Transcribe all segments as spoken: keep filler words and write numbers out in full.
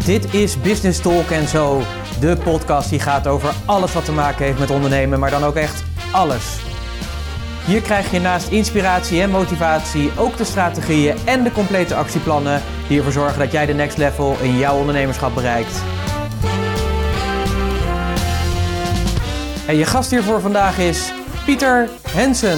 Dit is Business Talk en Zo, de podcast die gaat over alles wat te maken heeft met ondernemen, maar dan ook echt alles. Hier krijg je naast inspiratie en motivatie ook de strategieën en de complete actieplannen die ervoor zorgen dat jij de next level in jouw ondernemerschap bereikt. En je gast hier voor vandaag is Pieter Hensen.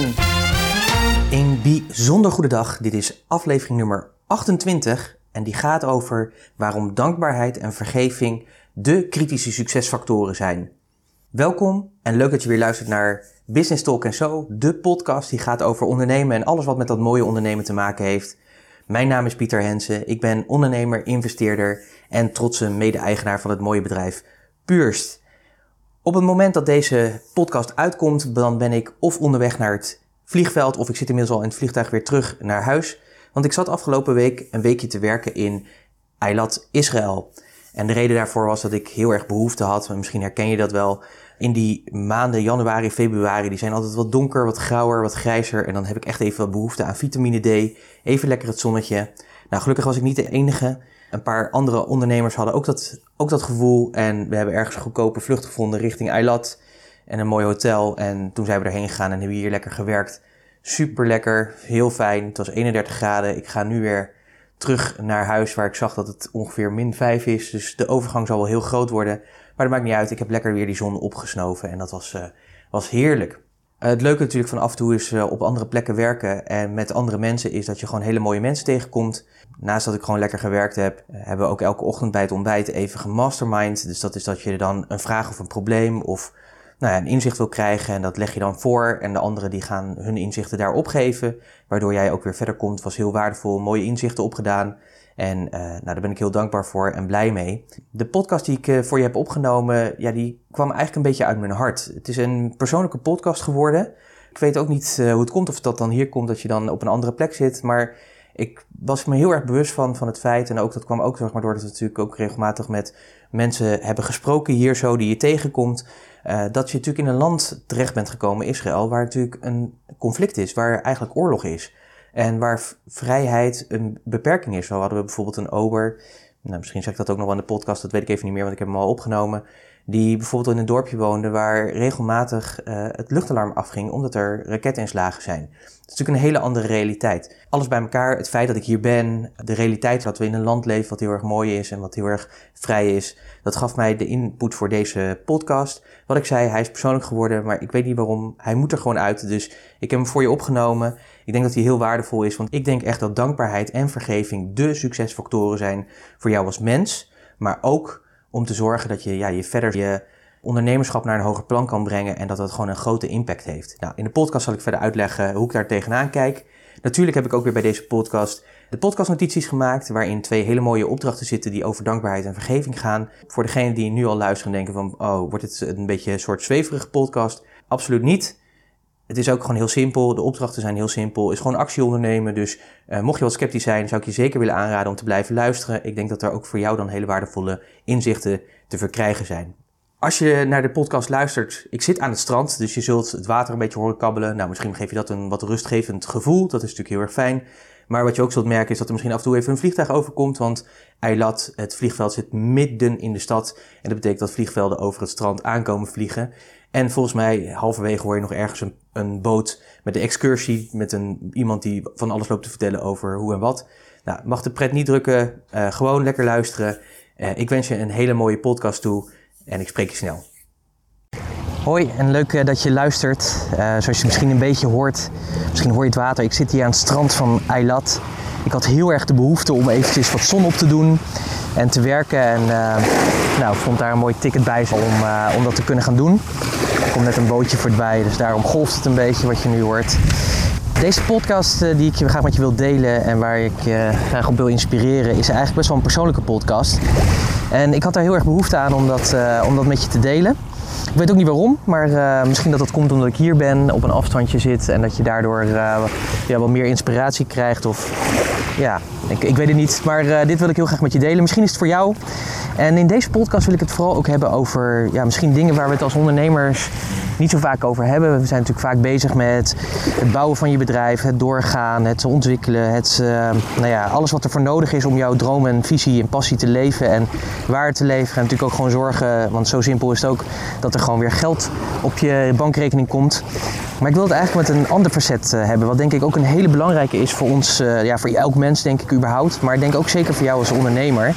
Een bijzonder goede dag. Dit is aflevering nummer achtentwintig en die gaat over waarom dankbaarheid en vergeving de kritische succesfactoren zijn. Welkom en leuk dat je weer luistert naar Business Talk en Zo, de podcast die gaat over ondernemen en alles wat met dat mooie ondernemen te maken heeft. Mijn naam is Pieter Hensen, ik ben ondernemer, investeerder en trotse mede-eigenaar van het mooie bedrijf Purst. Op het moment dat deze podcast uitkomt, dan ben ik of onderweg naar het vliegveld of ik zit inmiddels al in het vliegtuig weer terug naar huis. Want ik zat afgelopen week een weekje te werken in Eilat, Israël. En de reden daarvoor was dat ik heel erg behoefte had, misschien herken je dat wel, in die maanden januari, februari, die zijn altijd wat donker, wat grauwer, wat grijzer. En dan heb ik echt even wat behoefte aan vitamine D, even lekker het zonnetje. Nou, gelukkig was ik niet de enige. Een paar andere ondernemers hadden ook dat, ook dat gevoel. En we hebben ergens een goedkope vlucht gevonden richting Eilat en een mooi hotel. En toen zijn we erheen gegaan en hebben hier lekker gewerkt. Super lekker, heel fijn. Het was eenendertig graden. Ik ga nu weer terug naar huis waar ik zag dat het ongeveer min vijf is. Dus de overgang zal wel heel groot worden. Maar dat maakt niet uit. Ik heb lekker weer die zon opgesnoven en dat was, uh, was heerlijk. Uh, het leuke natuurlijk van af en toe is uh, op andere plekken werken en met andere mensen is dat je gewoon hele mooie mensen tegenkomt. Naast dat ik gewoon lekker gewerkt heb, uh, hebben we ook elke ochtend bij het ontbijt even gemastermind. Dus dat is dat je dan een vraag of een probleem of nou ja, een inzicht wil krijgen en dat leg je dan voor. En de anderen die gaan hun inzichten daarop geven, waardoor jij ook weer verder komt. Het was heel waardevol, mooie inzichten opgedaan. En uh, nou, daar ben ik heel dankbaar voor en blij mee. De podcast die ik uh, voor je heb opgenomen, ja, die kwam eigenlijk een beetje uit mijn hart. Het is een persoonlijke podcast geworden. Ik weet ook niet uh, hoe het komt, of dat dan hier komt, dat je dan op een andere plek zit. Maar ik was me heel erg bewust van, van het feit, en ook dat kwam ook zeg maar, doordat we natuurlijk ook regelmatig met mensen hebben gesproken hier zo, die je tegenkomt. Uh, dat je natuurlijk in een land terecht bent gekomen, Israël, waar natuurlijk een conflict is, waar eigenlijk oorlog is. En waar v- vrijheid een beperking is. Zo hadden we bijvoorbeeld een ober, nou, misschien zeg ik dat ook nog wel in de podcast, dat weet ik even niet meer, want ik heb hem al opgenomen, die bijvoorbeeld in een dorpje woonde waar regelmatig uh, het luchtalarm afging omdat er raketinslagen zijn. Dat is natuurlijk een hele andere realiteit. Alles bij elkaar, het feit dat ik hier ben, de realiteit dat we in een land leven wat heel erg mooi is en wat heel erg vrij is, dat gaf mij de input voor deze podcast. Wat ik zei, hij is persoonlijk geworden, maar ik weet niet waarom. Hij moet er gewoon uit, dus ik heb hem voor je opgenomen. Ik denk dat hij heel waardevol is, want ik denk echt dat dankbaarheid en vergeving de succesfactoren zijn voor jou als mens, maar ook om te zorgen dat je, ja, je verder je ondernemerschap naar een hoger plan kan brengen en dat dat gewoon een grote impact heeft. Nou, in de podcast zal ik verder uitleggen hoe ik daar tegenaan kijk. Natuurlijk heb ik ook weer bij deze podcast de podcastnotities gemaakt, waarin twee hele mooie opdrachten zitten die over dankbaarheid en vergeving gaan. Voor degenen die nu al luisteren en denken van, oh, wordt het een beetje een soort zweverige podcast? Absoluut niet. Het is ook gewoon heel simpel. De opdrachten zijn heel simpel. Het is gewoon actie ondernemen. Dus uh, mocht je wat sceptisch zijn, zou ik je zeker willen aanraden om te blijven luisteren. Ik denk dat er ook voor jou dan hele waardevolle inzichten te verkrijgen zijn. Als je naar de podcast luistert, ik zit aan het strand, dus je zult het water een beetje horen kabbelen. Nou, misschien geef je dat een wat rustgevend gevoel. Dat is natuurlijk heel erg fijn. Maar wat je ook zult merken is dat er misschien af en toe even een vliegtuig overkomt. Want Eilat, het vliegveld, zit midden in de stad. En dat betekent dat vliegvelden over het strand aankomen vliegen. En volgens mij, halverwege hoor je nog ergens een, een boot met een excursie. Met een, iemand die van alles loopt te vertellen over hoe en wat. Nou, mag de pret niet drukken. Uh, gewoon lekker luisteren. Uh, ik wens je een hele mooie podcast toe. En ik spreek je snel. Hoi en leuk uh, dat je luistert. Uh, zoals je misschien een beetje hoort, misschien hoor je het water. Ik zit hier aan het strand van Eilat. Ik had heel erg de behoefte om eventjes wat zon op te doen en te werken. En uh, nou, ik vond daar een mooi ticket bij om, uh, om dat te kunnen gaan doen. Er komt net een bootje voorbij, dus daarom golft het een beetje wat je nu hoort. Deze podcast uh, die ik graag met je wil delen en waar ik uh, graag op wil inspireren, is eigenlijk best wel een persoonlijke podcast. En ik had daar heel erg behoefte aan om dat, uh, om dat met je te delen. Ik weet ook niet waarom, maar uh, misschien dat dat komt omdat ik hier ben, op een afstandje zit en dat je daardoor uh, ja, wat meer inspiratie krijgt. Of ja, ik, ik weet het niet, maar uh, dit wil ik heel graag met je delen. Misschien is het voor jou. En in deze podcast wil ik het vooral ook hebben over ja, misschien dingen waar we het als ondernemers niet zo vaak over hebben. We zijn natuurlijk vaak bezig met het bouwen van je bedrijf, het doorgaan, het ontwikkelen, het, uh, nou ja, alles wat er voor nodig is om jouw droom en visie en passie te leven en waar te leveren. En natuurlijk ook gewoon zorgen, want zo simpel is het ook, dat er gewoon weer geld op je bankrekening komt. Maar ik wil het eigenlijk met een ander facet uh, hebben, wat denk ik ook een hele belangrijke is voor ons, uh, ja, voor elk mens denk ik überhaupt, maar ik denk ook zeker voor jou als ondernemer.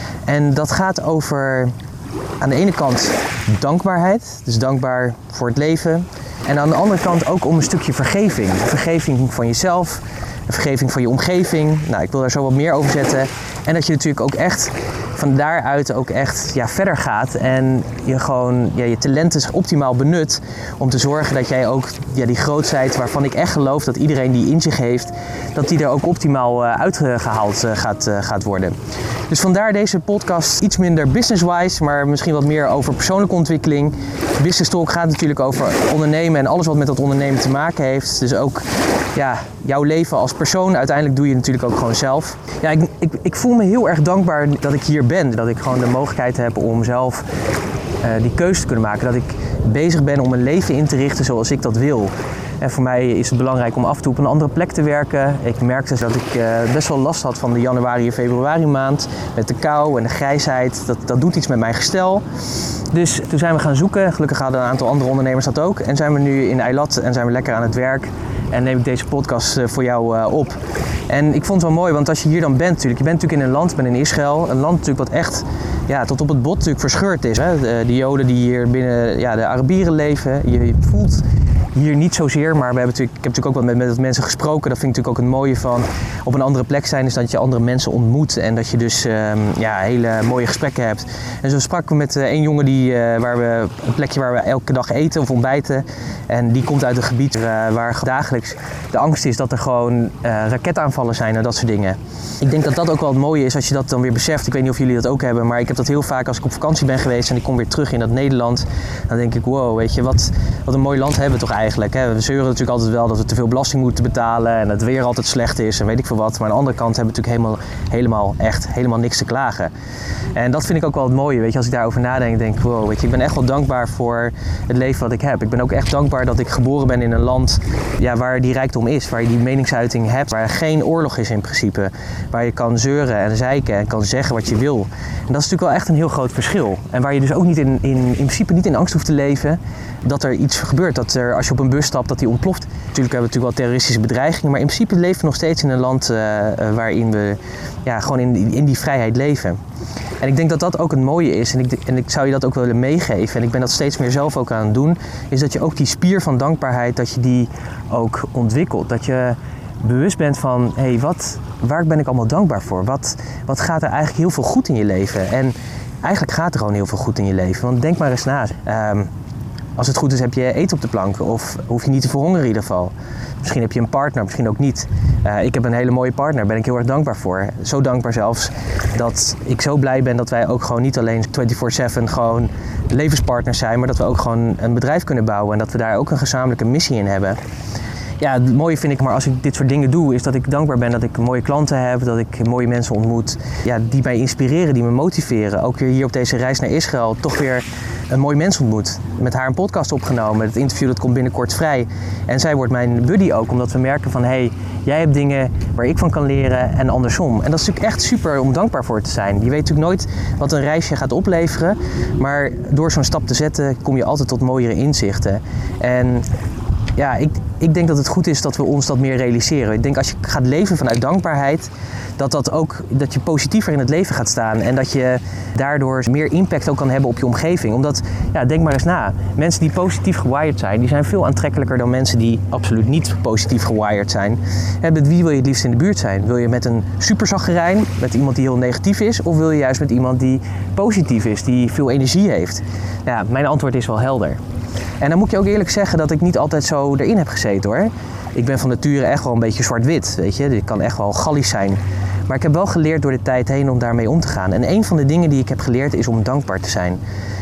En dat gaat over aan de ene kant dankbaarheid, dus dankbaar voor het leven. En aan de andere kant ook om een stukje vergeving. Vergeving van jezelf, vergeving van je omgeving. Nou, ik wil daar zo wat meer over zetten. En dat je natuurlijk ook echt van daaruit ook echt ja, verder gaat en je gewoon ja, je talenten optimaal benut om te zorgen dat jij ook ja, die grootheid waarvan ik echt geloof dat iedereen die in zich heeft, dat die er ook optimaal uh, uitgehaald uh, gaat, uh, gaat worden. Dus vandaar deze podcast iets minder business-wise, maar misschien wat meer over persoonlijke ontwikkeling. Business Talk gaat natuurlijk over ondernemen en alles wat met dat ondernemen te maken heeft. Dus ook ja, jouw leven als persoon, uiteindelijk doe je natuurlijk ook gewoon zelf. Ja, ik, ik, ik voel me heel erg dankbaar dat ik hier ben. Dat ik gewoon de mogelijkheid heb om zelf uh, die keuze te kunnen maken. Dat ik bezig ben om een leven in te richten zoals ik dat wil. En voor mij is het belangrijk om af en toe op een andere plek te werken. Ik merkte dat ik uh, best wel last had van de januari en februari maand. Met de kou en de grijsheid. Dat, dat doet iets met mijn gestel. Dus toen zijn we gaan zoeken. Gelukkig hadden een aantal andere ondernemers dat ook. En zijn we nu in Eilat en zijn we lekker aan het werk. En neem ik deze podcast uh, voor jou uh, op. En ik vond het wel mooi, want als je hier dan bent natuurlijk. Je bent natuurlijk in een land, ik ben in Israël. Een land natuurlijk wat echt ja, tot op het bot natuurlijk verscheurd is. Hè? De, de Joden die hier binnen ja, de Arabieren leven. Je, je voelt hier niet zozeer, maar we hebben natuurlijk, ik heb natuurlijk ook wat met, met mensen gesproken. Dat vind ik natuurlijk ook het mooie van op een andere plek zijn, is dat je andere mensen ontmoet en dat je dus um, ja, hele mooie gesprekken hebt. En zo spraken we met uh, een jongen die, uh, waar we, een plekje waar we elke dag eten of ontbijten. En die komt uit een gebied uh, waar dagelijks de angst is dat er gewoon uh, raketaanvallen zijn en dat soort dingen. Ik denk dat dat ook wel het mooie is als je dat dan weer beseft. Ik weet niet of jullie dat ook hebben, maar ik heb dat heel vaak als ik op vakantie ben geweest en ik kom weer terug in dat Nederland. Dan denk ik, wow, weet je, wat, wat een mooi land hebben we toch eigenlijk. Hè? We zeuren natuurlijk altijd wel dat we te veel belasting moeten betalen en dat het weer altijd slecht is en weet ik veel wat. Maar aan de andere kant hebben we natuurlijk helemaal, helemaal echt helemaal niks te klagen. En dat vind ik ook wel het mooie, weet je, als ik daarover nadenk, denk ik, wow, weet je, ik ben echt wel dankbaar voor het leven wat ik heb. Ik ben ook echt dankbaar dat ik geboren ben in een land ja, waar die rijkdom is, waar je die meningsuiting hebt, waar er geen oorlog is in principe. Waar je kan zeuren en zeiken en kan zeggen wat je wil. En dat is natuurlijk wel echt een heel groot verschil. En waar je dus ook niet in, in, in principe niet in angst hoeft te leven dat er iets gebeurt. Dat er, als je op een bus stapt, dat die ontploft. Natuurlijk hebben we natuurlijk wel terroristische bedreigingen, maar in principe leven we nog steeds in een land uh, uh, waarin we ja, gewoon in, in die vrijheid leven. En ik denk dat dat ook het mooie is en ik, en ik zou je dat ook willen meegeven en ik ben dat steeds meer zelf ook aan het doen, is dat je ook die spier van dankbaarheid, dat je die ook ontwikkelt. Dat je bewust bent van, hé, hey, wat, waar ben ik allemaal dankbaar voor? Wat, wat gaat er eigenlijk heel veel goed in je leven? En eigenlijk gaat er gewoon heel veel goed in je leven, want denk maar eens na. Um, Als het goed is heb je eten op de plank of hoef je niet te verhongeren in ieder geval. Misschien heb je een partner, misschien ook niet. Uh, ik heb een hele mooie partner, daar ben ik heel erg dankbaar voor. Zo dankbaar zelfs dat ik zo blij ben dat wij ook gewoon niet alleen vierentwintig zeven gewoon levenspartners zijn, maar dat we ook gewoon een bedrijf kunnen bouwen en dat we daar ook een gezamenlijke missie in hebben. Ja, het mooie vind ik, maar als ik dit soort dingen doe, is dat ik dankbaar ben dat ik mooie klanten heb, dat ik mooie mensen ontmoet, ja, die mij inspireren, die me motiveren. Ook weer hier op deze reis naar Israël toch weer een mooi mens ontmoet. Met haar een podcast opgenomen. Het interview dat komt binnenkort vrij. En zij wordt mijn buddy ook, omdat we merken van, hé, hey, jij hebt dingen waar ik van kan leren en andersom. En dat is natuurlijk echt super om dankbaar voor te zijn. Je weet natuurlijk nooit wat een reisje gaat opleveren, maar door zo'n stap te zetten kom je altijd tot mooiere inzichten. En ja, ik, ik denk dat het goed is dat we ons dat meer realiseren. Ik denk als je gaat leven vanuit dankbaarheid, dat, dat, ook, dat je positiever in het leven gaat staan. En dat je daardoor meer impact ook kan hebben op je omgeving. Omdat, ja, denk maar eens na. Mensen die positief gewired zijn, die zijn veel aantrekkelijker dan mensen die absoluut niet positief gewired zijn. En met wie wil je het liefst in de buurt zijn? Wil je met een superzaggerijn, met iemand die heel negatief is? Of wil je juist met iemand die positief is, die veel energie heeft? Ja, mijn antwoord is wel helder. En dan moet je ook eerlijk zeggen dat ik niet altijd zo erin heb gezeten hoor. Ik ben van nature echt wel een beetje zwart-wit, weet je. Ik kan echt wel gallisch zijn. Maar ik heb wel geleerd door de tijd heen om daarmee om te gaan. En een van de dingen die ik heb geleerd is om dankbaar te zijn.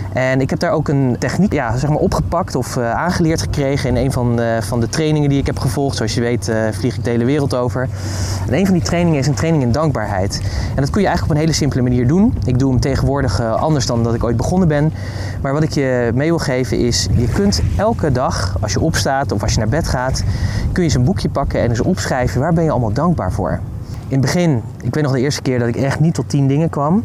En ik heb daar ook een techniek ja, zeg maar opgepakt of uh, aangeleerd gekregen in een van, uh, van de trainingen die ik heb gevolgd. Zoals je weet uh, vlieg ik de hele wereld over. En een van die trainingen is een training in dankbaarheid. En dat kun je eigenlijk op een hele simpele manier doen. Ik doe hem tegenwoordig uh, anders dan dat ik ooit begonnen ben. Maar wat ik je mee wil geven is, je kunt elke dag als je opstaat of als je naar bed gaat, kun je eens een boekje pakken en eens opschrijven waar ben je allemaal dankbaar voor. In het begin, ik weet nog de eerste keer dat ik echt niet tot tien dingen kwam.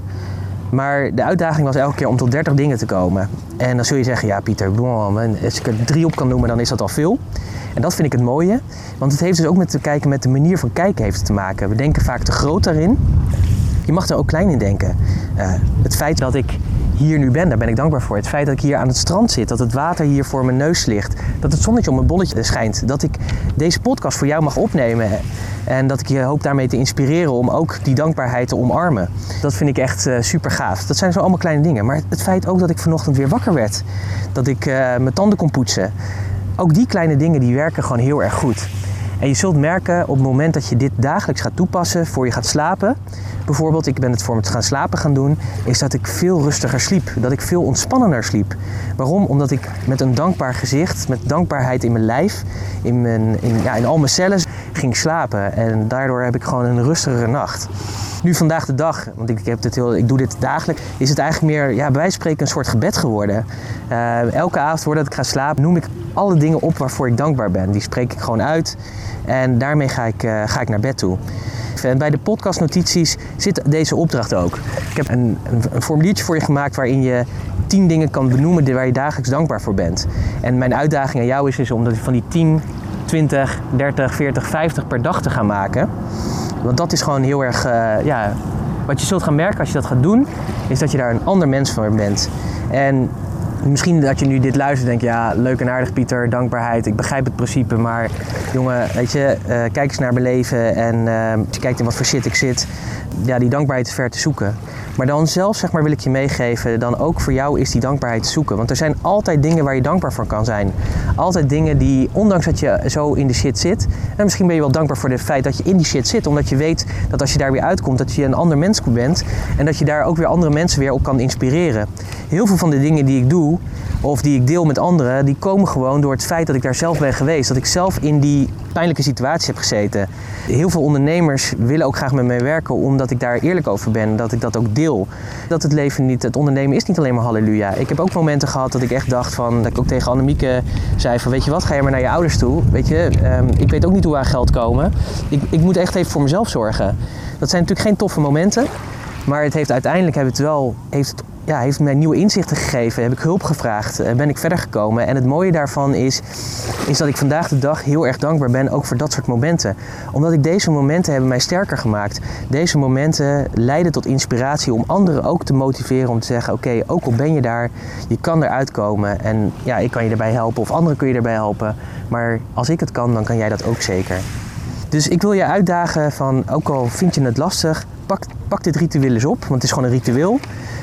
Maar de uitdaging was elke keer om tot dertig dingen te komen. En dan zul je zeggen, ja Pieter, als ik er drie op kan noemen, dan is dat al veel. En dat vind ik het mooie. Want het heeft dus ook met te kijken met de manier van kijken heeft te maken. We denken vaak te groot daarin. Je mag er ook klein in denken. Uh, het feit dat ik hier nu ben, daar ben ik dankbaar voor. Het feit dat ik hier aan het strand zit, dat het water hier voor mijn neus ligt, dat het zonnetje op mijn bolletje schijnt, dat ik deze podcast voor jou mag opnemen en dat ik je hoop daarmee te inspireren om ook die dankbaarheid te omarmen. Dat vind ik echt uh, super gaaf. Dat zijn zo allemaal kleine dingen. Maar het feit ook dat ik vanochtend weer wakker werd, dat ik uh, mijn tanden kon poetsen, ook die kleine dingen die werken gewoon heel erg goed. En je zult merken op het moment dat je dit dagelijks gaat toepassen voor je gaat slapen. Bijvoorbeeld, ik ben het voor me te gaan slapen gaan doen, is dat ik veel rustiger sliep. Dat ik veel ontspannender sliep. Waarom? Omdat ik met een dankbaar gezicht, met dankbaarheid in mijn lijf, in, mijn, in, ja, in al mijn cellen ging slapen. En daardoor heb ik gewoon een rustigere nacht. Nu vandaag de dag, want ik, heb dit heel, ik doe dit dagelijks, is het eigenlijk meer, ja, bij wijze van spreken een soort gebed geworden. Uh, elke avond voordat ik ga slapen noem ik alle dingen op waarvoor ik dankbaar ben. Die spreek ik gewoon uit en daarmee ga ik, uh, ga ik naar bed toe. En bij de podcastnotities zit deze opdracht ook. Ik heb een, een, een formuliertje voor je gemaakt waarin je tien dingen kan benoemen waar je dagelijks dankbaar voor bent. En mijn uitdaging aan jou is, is om van die tien, twintig, dertig, veertig, vijftig per dag te gaan maken. Want dat is gewoon heel erg, uh, ja, wat je zult gaan merken als je dat gaat doen, is dat je daar een ander mens van bent. En misschien dat je nu dit luistert en denkt, ja, leuk en aardig Pieter, dankbaarheid, ik begrijp het principe, maar jongen, weet je, uh, kijk eens naar mijn leven en uh, als je kijkt in wat voor shit ik zit, ja, die dankbaarheid is ver te zoeken. Maar dan zelf, zeg maar, wil ik je meegeven, dan ook voor jou is die dankbaarheid te zoeken. Want er zijn altijd dingen waar je dankbaar voor kan zijn. Altijd dingen die, ondanks dat je zo in de shit zit, en misschien ben je wel dankbaar voor het feit dat je in die shit zit, omdat je weet dat als je daar weer uitkomt, dat je een ander mens bent en dat je daar ook weer andere mensen weer op kan inspireren. Heel veel van de dingen die ik doe, of die ik deel met anderen, die komen gewoon door het feit dat ik daar zelf ben geweest. Dat ik zelf in die pijnlijke situatie heb gezeten. Heel veel ondernemers willen ook graag met mij werken omdat ik daar eerlijk over ben. Dat ik dat ook deel. Dat het leven niet, het ondernemen is niet alleen maar halleluja. Ik heb ook momenten gehad dat ik echt dacht van, dat ik ook tegen Annemieke zei van, weet je wat, ga je maar naar je ouders toe. Weet je, um, ik weet ook niet hoe we aan geld komen. Ik, ik moet echt even voor mezelf zorgen. Dat zijn natuurlijk geen toffe momenten. Maar het heeft uiteindelijk, heeft het wel, heeft het Ja, heeft mij nieuwe inzichten gegeven, heb ik hulp gevraagd, ben ik verder gekomen. En het mooie daarvan is, is dat ik vandaag de dag heel erg dankbaar ben, ook voor dat soort momenten. Omdat ik deze momenten hebben mij sterker gemaakt. Deze momenten leiden tot inspiratie om anderen ook te motiveren om te zeggen, oké, okay, ook al ben je daar, je kan eruit komen. En ja, ik kan je erbij helpen of anderen kun je erbij helpen. Maar als ik het kan, dan kan jij dat ook zeker. Dus ik wil je uitdagen van, ook al vind je het lastig, pak, pak dit ritueel eens op, want het is gewoon een ritueel.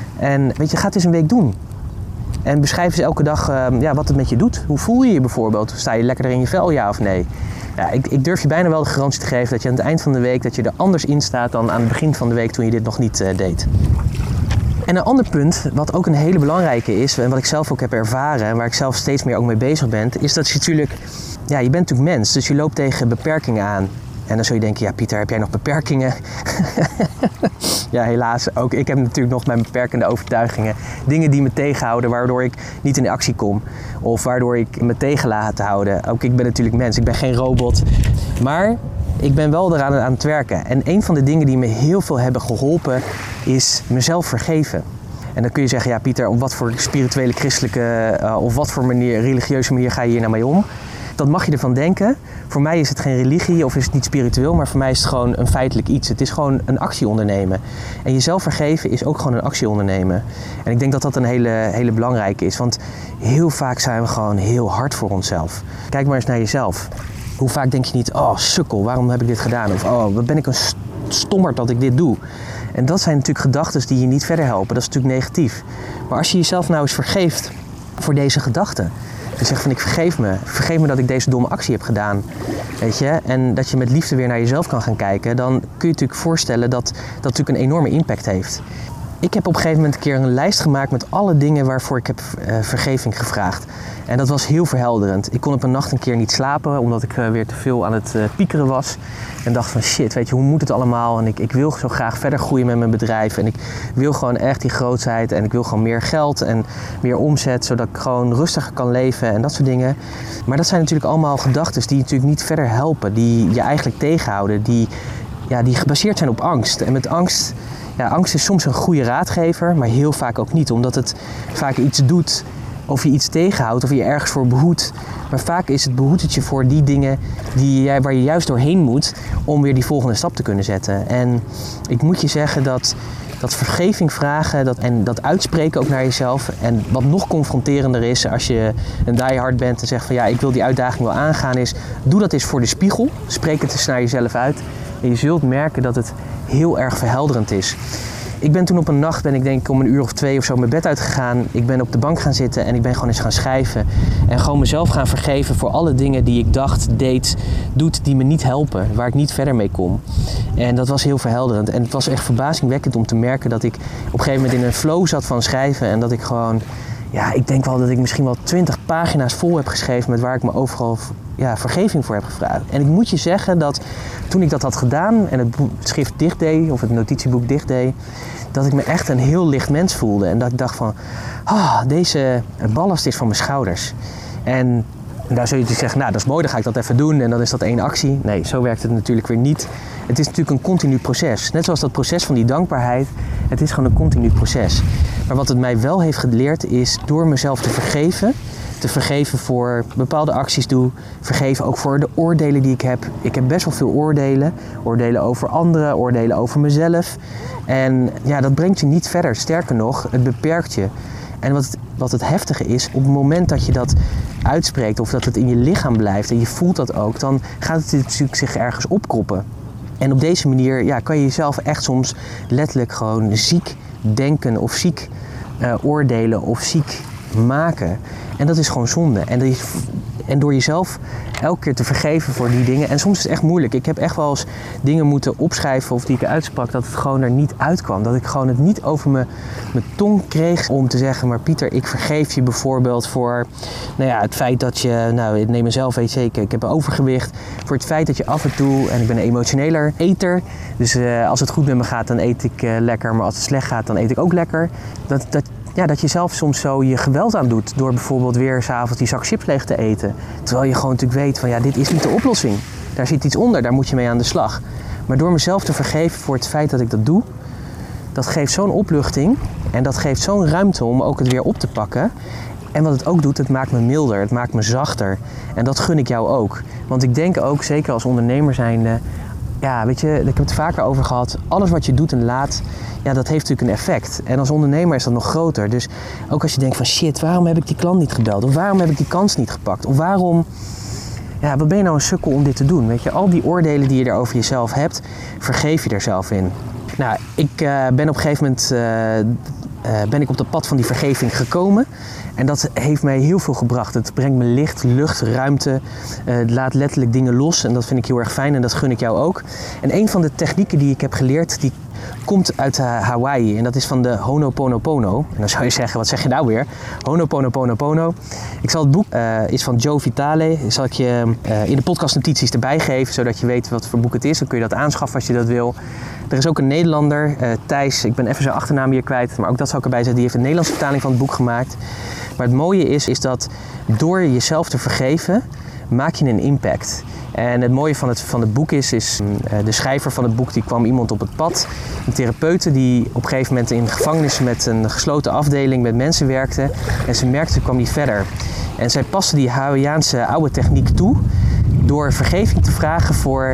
En weet je, ga het eens een week doen. En beschrijf eens elke dag uh, ja, wat het met je doet. Hoe voel je je bijvoorbeeld? Sta je lekkerder in je vel, ja of nee? Ja, ik, ik durf je bijna wel de garantie te geven dat je aan het eind van de week dat je er anders in staat dan aan het begin van de week toen je dit nog niet uh, deed. En een ander punt, wat ook een hele belangrijke is, en wat ik zelf ook heb ervaren en waar ik zelf steeds meer ook mee bezig ben, is dat je natuurlijk, ja, je bent natuurlijk mens, dus je loopt tegen beperkingen aan. En dan zul je denken, ja Pieter, heb jij nog beperkingen? Ja, helaas. Ook ik heb natuurlijk nog mijn beperkende overtuigingen. Dingen die me tegenhouden, waardoor ik niet in actie kom. Of waardoor ik me tegen laat houden. Ook ik ben natuurlijk mens, ik ben geen robot. Maar ik ben wel eraan aan het werken. En een van de dingen die me heel veel hebben geholpen, is mezelf vergeven. En dan kun je zeggen, ja Pieter, op wat voor spirituele, christelijke uh, of wat voor manier, religieuze manier ga je hier naar mij om? Dat mag je ervan denken. Voor mij is het geen religie of is het niet spiritueel, maar voor mij is het gewoon een feitelijk iets. Het is gewoon een actie ondernemen. En jezelf vergeven is ook gewoon een actie ondernemen. En ik denk dat dat een hele, hele belangrijke is, want heel vaak zijn we gewoon heel hard voor onszelf. Kijk maar eens naar jezelf. Hoe vaak denk je niet, oh sukkel, waarom heb ik dit gedaan? Of oh, wat ben ik een stommerd dat ik dit doe? En dat zijn natuurlijk gedachten die je niet verder helpen. Dat is natuurlijk negatief. Maar als je jezelf nou eens vergeeft voor deze gedachten. En zegt van, ik vergeef me. Vergeef me dat ik deze domme actie heb gedaan. Weet je? En dat je met liefde weer naar jezelf kan gaan kijken. Dan kun je je natuurlijk voorstellen dat dat natuurlijk een enorme impact heeft. ik heb op een gegeven moment een keer een lijst gemaakt met alle dingen waarvoor ik heb uh, vergeving gevraagd. En dat was heel verhelderend. Ik kon op een nacht een keer niet slapen, omdat ik uh, weer te veel aan het uh, piekeren was. En dacht van shit, weet je, hoe moet het allemaal? En ik, ik wil zo graag verder groeien met mijn bedrijf. En ik wil gewoon echt die grootheid. En ik wil gewoon meer geld en meer omzet, zodat ik gewoon rustiger kan leven en dat soort dingen. Maar dat zijn natuurlijk allemaal gedachten die je natuurlijk niet verder helpen. Die je eigenlijk tegenhouden. Die, ja, die gebaseerd zijn op angst. En met angst... Ja, angst is soms een goede raadgever, maar heel vaak ook niet. Omdat het vaak iets doet, of je iets tegenhoudt, of je ergens voor behoedt. Maar vaak is het behoedertje voor die dingen die jij, waar je juist doorheen moet om weer die volgende stap te kunnen zetten. En ik moet je zeggen dat, dat vergeving vragen dat, en dat uitspreken ook naar jezelf. En wat nog confronterender is als je een diehard bent en zegt van ja, ik wil die uitdaging wel aangaan, is doe dat eens voor de spiegel. Spreek het eens naar jezelf uit. En je zult merken dat het heel erg verhelderend is. Ik ben toen op een nacht, ben ik denk ik om een uur of twee of zo mijn bed uitgegaan. Ik ben op de bank gaan zitten en ik ben gewoon eens gaan schrijven. En gewoon mezelf gaan vergeven voor alle dingen die ik dacht, deed, doet, die me niet helpen. Waar ik niet verder mee kom. En dat was heel verhelderend. En het was echt verbazingwekkend om te merken dat ik op een gegeven moment in een flow zat van schrijven. En dat ik gewoon, ja, ik denk wel dat ik misschien wel twintig pagina's vol heb geschreven met waar ik me overal ja, vergeving voor heb gevraagd. En ik moet je zeggen dat toen ik dat had gedaan en het, het schrift dicht deed, of het notitieboek dicht deed, dat ik me echt een heel licht mens voelde. En dat ik dacht van, ah, deze ballast is van mijn schouders. En daar zul je dus zeggen, nou dat is mooi, dan ga ik dat even doen en dan is dat één actie. Nee, zo werkt het natuurlijk weer niet. Het is natuurlijk een continu proces. Net zoals dat proces van die dankbaarheid, het is gewoon een continu proces. Maar wat het mij wel heeft geleerd is door mezelf te vergeven, te vergeven voor bepaalde acties doe, vergeven ook voor de oordelen die ik heb. Ik heb best wel veel oordelen. Oordelen over anderen, oordelen over mezelf. En ja, dat brengt je niet verder. Sterker nog, het beperkt je. En wat het, wat het heftige is, op het moment dat je dat uitspreekt of dat het in je lichaam blijft en je voelt dat ook, dan gaat het natuurlijk zich ergens opkroppen. En op deze manier ja, kan je jezelf echt soms letterlijk gewoon ziek denken of ziek uh, oordelen of ziek maken. En dat is gewoon zonde. En, dat is, en door jezelf elke keer te vergeven voor die dingen. En soms is het echt moeilijk. Ik heb echt wel eens dingen moeten opschrijven of die ik uitsprak, dat het gewoon er niet uitkwam. Dat ik gewoon het niet over mijn, mijn tong kreeg om te zeggen, maar Pieter, ik vergeef je bijvoorbeeld voor nou ja, het feit dat je, nou ik neem mezelf weet zeker, ik heb overgewicht. Voor het feit dat je af en toe, en ik ben een emotioneler eter, dus uh, als het goed met me gaat dan eet ik uh, lekker, maar als het slecht gaat dan eet ik ook lekker. Dat, dat, Ja, dat je zelf soms zo je geweld aan doet door bijvoorbeeld weer 's avonds die zak chips leeg te eten. Terwijl je gewoon natuurlijk weet van ja, dit is niet de oplossing. Daar zit iets onder, daar moet je mee aan de slag. Maar door mezelf te vergeven voor het feit dat ik dat doe, dat geeft zo'n opluchting en dat geeft zo'n ruimte om ook het weer op te pakken. En wat het ook doet, het maakt me milder, het maakt me zachter. En dat gun ik jou ook. Want ik denk ook, zeker als ondernemer zijnde, ja, weet je, ik heb het vaker over gehad. Alles wat je doet en laat, ja, dat heeft natuurlijk een effect. En als ondernemer is dat nog groter. Dus ook als je denkt van shit, waarom heb ik die klant niet gebeld? Of waarom heb ik die kans niet gepakt? Of waarom, ja, wat ben je nou een sukkel om dit te doen? Weet je, al die oordelen die je er over jezelf hebt, vergeef je er zelf in. Nou, ik uh, ben op een gegeven moment uh, uh, ben ik op dat pad van die vergeving gekomen. En dat heeft mij heel veel gebracht. Het brengt me licht, lucht, ruimte. Uh, het laat letterlijk dingen los. En dat vind ik heel erg fijn en dat gun ik jou ook. En een van de technieken die ik heb geleerd, die komt uit uh, Hawaii. En dat is van de Ho'oponopono. En dan zou je zeggen, wat zeg je nou weer? Ho'oponopono. Ik zal het boek, uh, is van Joe Vitale. Zal ik je uh, in de podcastnotities erbij geven, zodat je weet wat voor boek het is. Dan kun je dat aanschaffen als je dat wil. Er is ook een Nederlander, uh, Thijs. Ik ben even zijn achternaam hier kwijt. Maar ook dat zal ik erbij zetten. Die heeft een Nederlandse vertaling van het boek gemaakt. Maar het mooie is, is dat door jezelf te vergeven, maak je een impact. En het mooie van het, van het boek is, is uh, de schrijver van het boek, die kwam iemand op het pad. Een therapeute die op een gegeven moment in gevangenis met een gesloten afdeling met mensen werkte. En ze merkte, ze kwam niet verder. En zij paste die Hawaiiaanse oude techniek toe door vergeving te vragen voor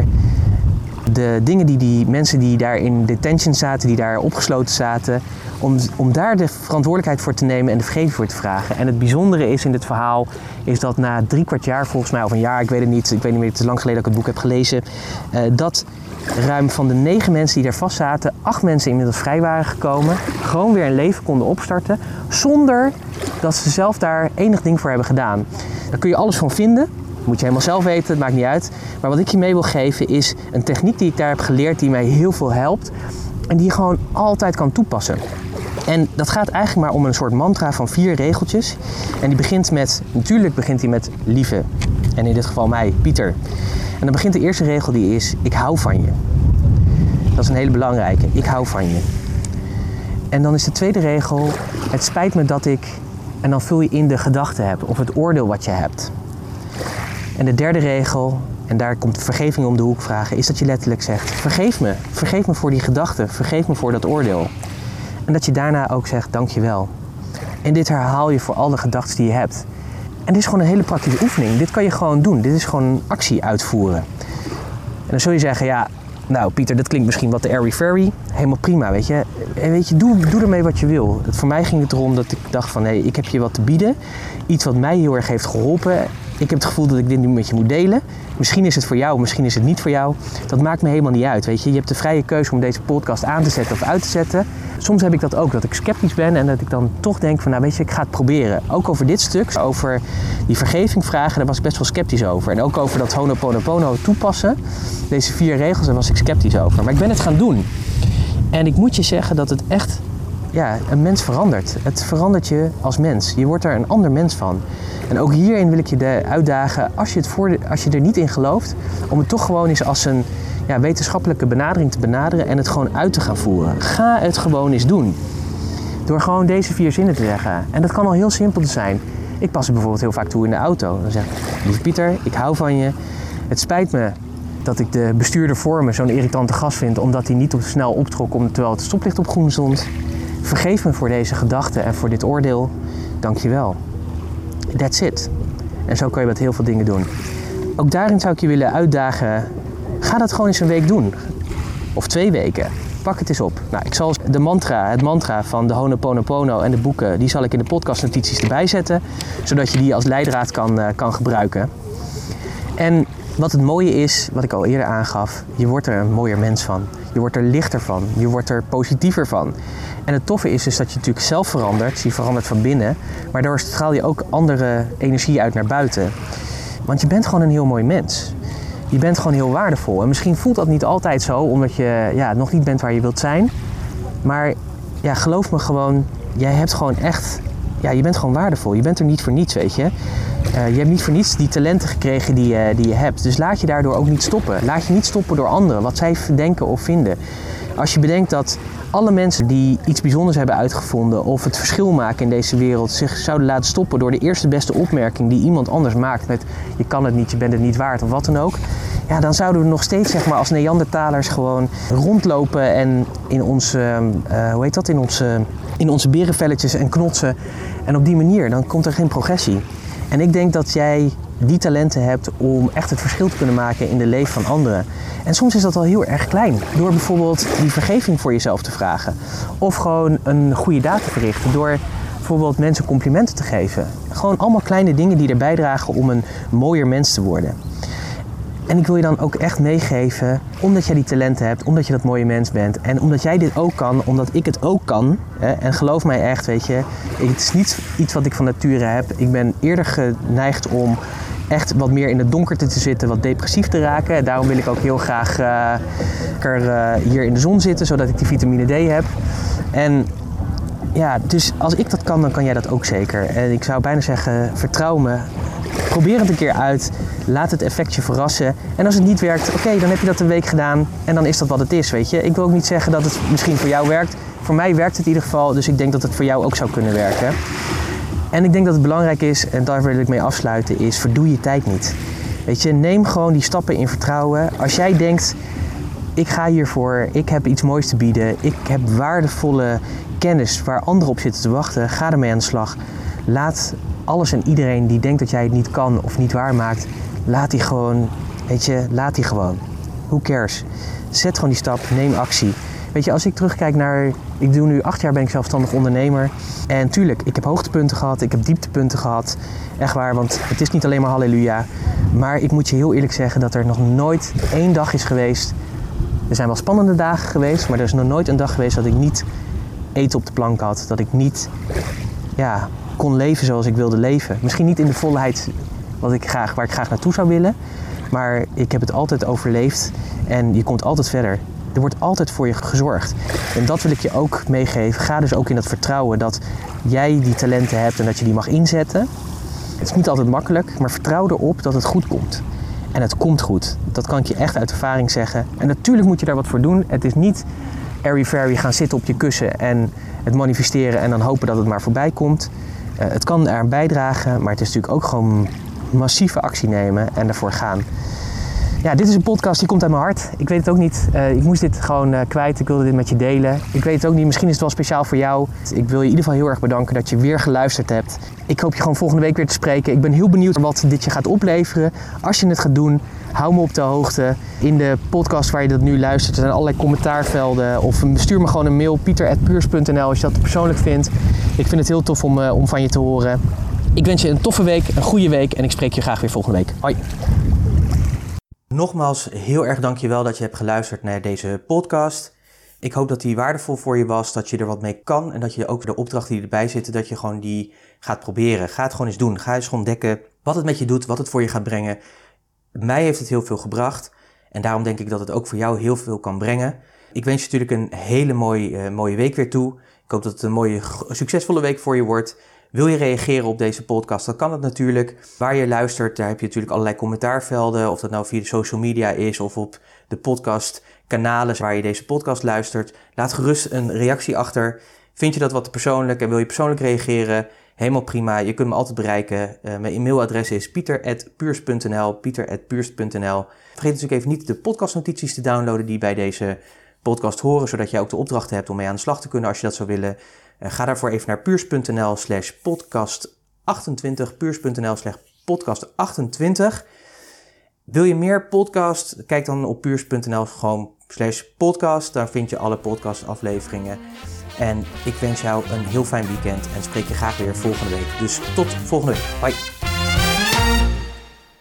de dingen die die mensen die daar in detention zaten, die daar opgesloten zaten, om, om daar de verantwoordelijkheid voor te nemen en de vergeving voor te vragen. En het bijzondere is in dit verhaal, is dat na drie kwart jaar volgens mij, of een jaar, ik weet het niet, ik weet niet meer, het is lang geleden dat ik het boek heb gelezen, uh, dat ruim van de negen mensen die daar vast zaten, acht mensen inmiddels vrij waren gekomen, gewoon weer een leven konden opstarten, zonder dat ze zelf daar enig ding voor hebben gedaan. Daar kun je alles van vinden. Moet je helemaal zelf weten, het maakt niet uit. Maar wat ik je mee wil geven is een techniek die ik daar heb geleerd die mij heel veel helpt. En die je gewoon altijd kan toepassen. En dat gaat eigenlijk maar om een soort mantra van vier regeltjes. En die begint met, natuurlijk begint hij met lieve. En in dit geval mij, Pieter. En dan begint de eerste regel, die is, ik hou van je. Dat is een hele belangrijke, ik hou van je. En dan is de tweede regel, het spijt me dat ik... En dan vul je in de gedachte hebt of het oordeel wat je hebt. En de derde regel, en daar komt vergeving om de hoek vragen, is dat je letterlijk zegt, vergeef me. Vergeef me voor die gedachte, vergeef me voor dat oordeel. En dat je daarna ook zegt, dankjewel. En dit herhaal je voor alle gedachten die je hebt. En dit is gewoon een hele praktische oefening. Dit kan je gewoon doen. Dit is gewoon een actie uitvoeren. En dan zul je zeggen, ja, nou Pieter, dat klinkt misschien wat de airy-fairy. Helemaal prima, weet je. En weet je, doe, doe ermee wat je wil. Voor mij ging het erom dat ik dacht van, hé, hey, ik heb je wat te bieden. Iets wat mij heel erg heeft geholpen. Ik heb het gevoel dat ik dit nu met je moet delen. Misschien is het voor jou, misschien is het niet voor jou. Dat maakt me helemaal niet uit, weet je. Je hebt de vrije keuze om deze podcast aan te zetten of uit te zetten. Soms heb ik dat ook, dat ik sceptisch ben en dat ik dan toch denk van, nou weet je, ik ga het proberen. Ook over dit stuk, over die vergeving vragen, daar was ik best wel sceptisch over. En ook over dat Ho'oponopono toepassen, deze vier regels, daar was ik sceptisch over. Maar ik ben het gaan doen. En ik moet je zeggen dat het echt, ja, een mens verandert. Het verandert je als mens. Je wordt er een ander mens van. En ook hierin wil ik je de uitdagen, als je, het voor de, als je er niet in gelooft, om het toch gewoon eens als een ja, wetenschappelijke benadering te benaderen en het gewoon uit te gaan voeren. Ga het gewoon eens doen. Door gewoon deze vier zinnen te zeggen. En dat kan al heel simpel zijn. Ik pas het bijvoorbeeld heel vaak toe in de auto. Dan zeg ik, lieve Pieter, ik hou van je. Het spijt me dat ik de bestuurder voor me zo'n irritante gast vind, omdat hij niet op snel optrok terwijl het stoplicht op groen stond. Vergeef me voor deze gedachten en voor dit oordeel. Dank je wel. That's it. En zo kan je met heel veel dingen doen. Ook daarin zou ik je willen uitdagen, ga dat gewoon eens een week doen. Of twee weken. Pak het eens op. Nou, ik zal de mantra, het mantra van de Ho'oponopono en de boeken, die zal ik in de podcastnotities erbij zetten, zodat je die als leidraad kan, uh, kan gebruiken. En wat het mooie is, wat ik al eerder aangaf, je wordt er een mooier mens van. Je wordt er lichter van. Je wordt er positiever van. En het toffe is dus dat je natuurlijk zelf verandert. Je verandert van binnen. Maar daardoor straal je ook andere energie uit naar buiten. Want je bent gewoon een heel mooi mens. Je bent gewoon heel waardevol. En misschien voelt dat niet altijd zo, omdat je ja, nog niet bent waar je wilt zijn. Maar ja, geloof me gewoon, jij hebt gewoon echt, ja, je bent gewoon waardevol. Je bent er niet voor niets, weet je. Uh, je hebt niet voor niets die talenten gekregen die, uh, die je hebt. Dus laat je daardoor ook niet stoppen. Laat je niet stoppen door anderen, wat zij denken of vinden. Als je bedenkt dat alle mensen die iets bijzonders hebben uitgevonden of het verschil maken in deze wereld zich zouden laten stoppen door de eerste beste opmerking die iemand anders maakt met je kan het niet, je bent het niet waard of wat dan ook. Ja, dan zouden we nog steeds zeg maar als Neandertalers gewoon rondlopen en in onze, uh, hoe heet dat, in onze, in onze berenvelletjes en knotsen. En op die manier, dan komt er geen progressie. En ik denk dat jij die talenten hebt om echt het verschil te kunnen maken in de leven van anderen. En soms is dat al heel erg klein. Door bijvoorbeeld die vergeving voor jezelf te vragen. Of gewoon een goede daad te verrichten. Door bijvoorbeeld mensen complimenten te geven. Gewoon allemaal kleine dingen die er bijdragen om een mooier mens te worden. En ik wil je dan ook echt meegeven, omdat jij die talenten hebt, omdat je dat mooie mens bent. En omdat jij dit ook kan, omdat ik het ook kan. Hè, en geloof mij echt, weet je, het is niet iets wat ik van nature heb. Ik ben eerder geneigd om echt wat meer in het donkerte te zitten, wat depressief te raken. Daarom wil ik ook heel graag uh, er, uh, hier in de zon zitten, zodat ik die vitamine D heb. En ja, dus als ik dat kan, dan kan jij dat ook zeker. En ik zou bijna zeggen, vertrouw me. Probeer het een keer uit. Laat het effectje verrassen. En als het niet werkt, oké, okay, dan heb je dat een week gedaan. En dan is dat wat het is, weet je. Ik wil ook niet zeggen dat het misschien voor jou werkt. Voor mij werkt het in ieder geval. Dus ik denk dat het voor jou ook zou kunnen werken. En ik denk dat het belangrijk is, en daar wil ik mee afsluiten, is verdoe je tijd niet. Weet je, neem gewoon die stappen in vertrouwen. Als jij denkt, ik ga hiervoor, ik heb iets moois te bieden. Ik heb waardevolle kennis waar anderen op zitten te wachten. Ga ermee aan de slag. Laat alles en iedereen die denkt dat jij het niet kan of niet waarmaakt, laat die gewoon, weet je, laat die gewoon. Who cares? Zet gewoon die stap, neem actie. Weet je, als ik terugkijk naar, ik doe nu acht jaar ben ik zelfstandig ondernemer. En tuurlijk, ik heb hoogtepunten gehad, ik heb dieptepunten gehad. Echt waar, want het is niet alleen maar halleluja. Maar ik moet je heel eerlijk zeggen dat er nog nooit één dag is geweest. Er zijn wel spannende dagen geweest, maar er is nog nooit een dag geweest dat ik niet eten op de plank had. Dat ik niet, ja, kon leven zoals ik wilde leven. Misschien niet in de volheid wat ik graag, waar ik graag naartoe zou willen. Maar ik heb het altijd overleefd en je komt altijd verder. Er wordt altijd voor je gezorgd. En dat wil ik je ook meegeven. Ga dus ook in dat vertrouwen dat jij die talenten hebt en dat je die mag inzetten. Het is niet altijd makkelijk, maar vertrouw erop dat het goed komt. En het komt goed. Dat kan ik je echt uit ervaring zeggen. En natuurlijk moet je daar wat voor doen. Het is niet airy-fairy gaan zitten op je kussen en het manifesteren en dan hopen dat het maar voorbij komt. Uh, het kan eraan bijdragen, maar het is natuurlijk ook gewoon massieve actie nemen en ervoor gaan. Ja, dit is een podcast die komt uit mijn hart. Ik weet het ook niet. Uh, ik moest dit gewoon uh, kwijt. Ik wilde dit met je delen. Ik weet het ook niet. Misschien is het wel speciaal voor jou. Ik wil je in ieder geval heel erg bedanken dat je weer geluisterd hebt. Ik hoop je gewoon volgende week weer te spreken. Ik ben heel benieuwd wat dit je gaat opleveren. Als je het gaat doen, hou me op de hoogte. In de podcast waar je dat nu luistert, er zijn allerlei commentaarvelden. Of stuur me gewoon een mail, pieter at puurs punt n l als je dat persoonlijk vindt. Ik vind het heel tof om, uh, om van je te horen. Ik wens je een toffe week, een goede week en ik spreek je graag weer volgende week. Hoi! Nogmaals, heel erg dankjewel dat je hebt geluisterd naar deze podcast. Ik hoop dat die waardevol voor je was, dat je er wat mee kan en dat je ook de opdrachten die erbij zitten, dat je gewoon die gaat proberen. Ga het gewoon eens doen. Ga eens ontdekken wat het met je doet, wat het voor je gaat brengen. Mij heeft het heel veel gebracht en daarom denk ik dat het ook voor jou heel veel kan brengen. Ik wens je natuurlijk een hele mooie, uh, mooie week weer toe. Ik hoop dat het een mooie, succesvolle week voor je wordt. Wil je reageren op deze podcast, dan kan het natuurlijk. Waar je luistert, daar heb je natuurlijk allerlei commentaarvelden. Of dat nou via de social media is of op de podcastkanalen waar je deze podcast luistert. Laat gerust een reactie achter. Vind je dat wat persoonlijk en wil je persoonlijk reageren? Helemaal prima, je kunt me altijd bereiken. Uh, mijn e-mailadres is pieter at puurs punt n l, pieter at puurs punt n l. Vergeet natuurlijk even niet de podcastnotities te downloaden die bij deze podcast horen, zodat jij ook de opdrachten hebt om mee aan de slag te kunnen als je dat zou willen. Uh, ga daarvoor even naar puurs punt n l slash podcast achtentwintig, puurs punt n l slash podcast achtentwintig. Wil je meer podcast? Kijk dan op puurs punt n l gewoon slash podcast. Daar vind je alle podcastafleveringen. En ik wens jou een heel fijn weekend en spreek je graag weer volgende week. Dus tot volgende week. Bye.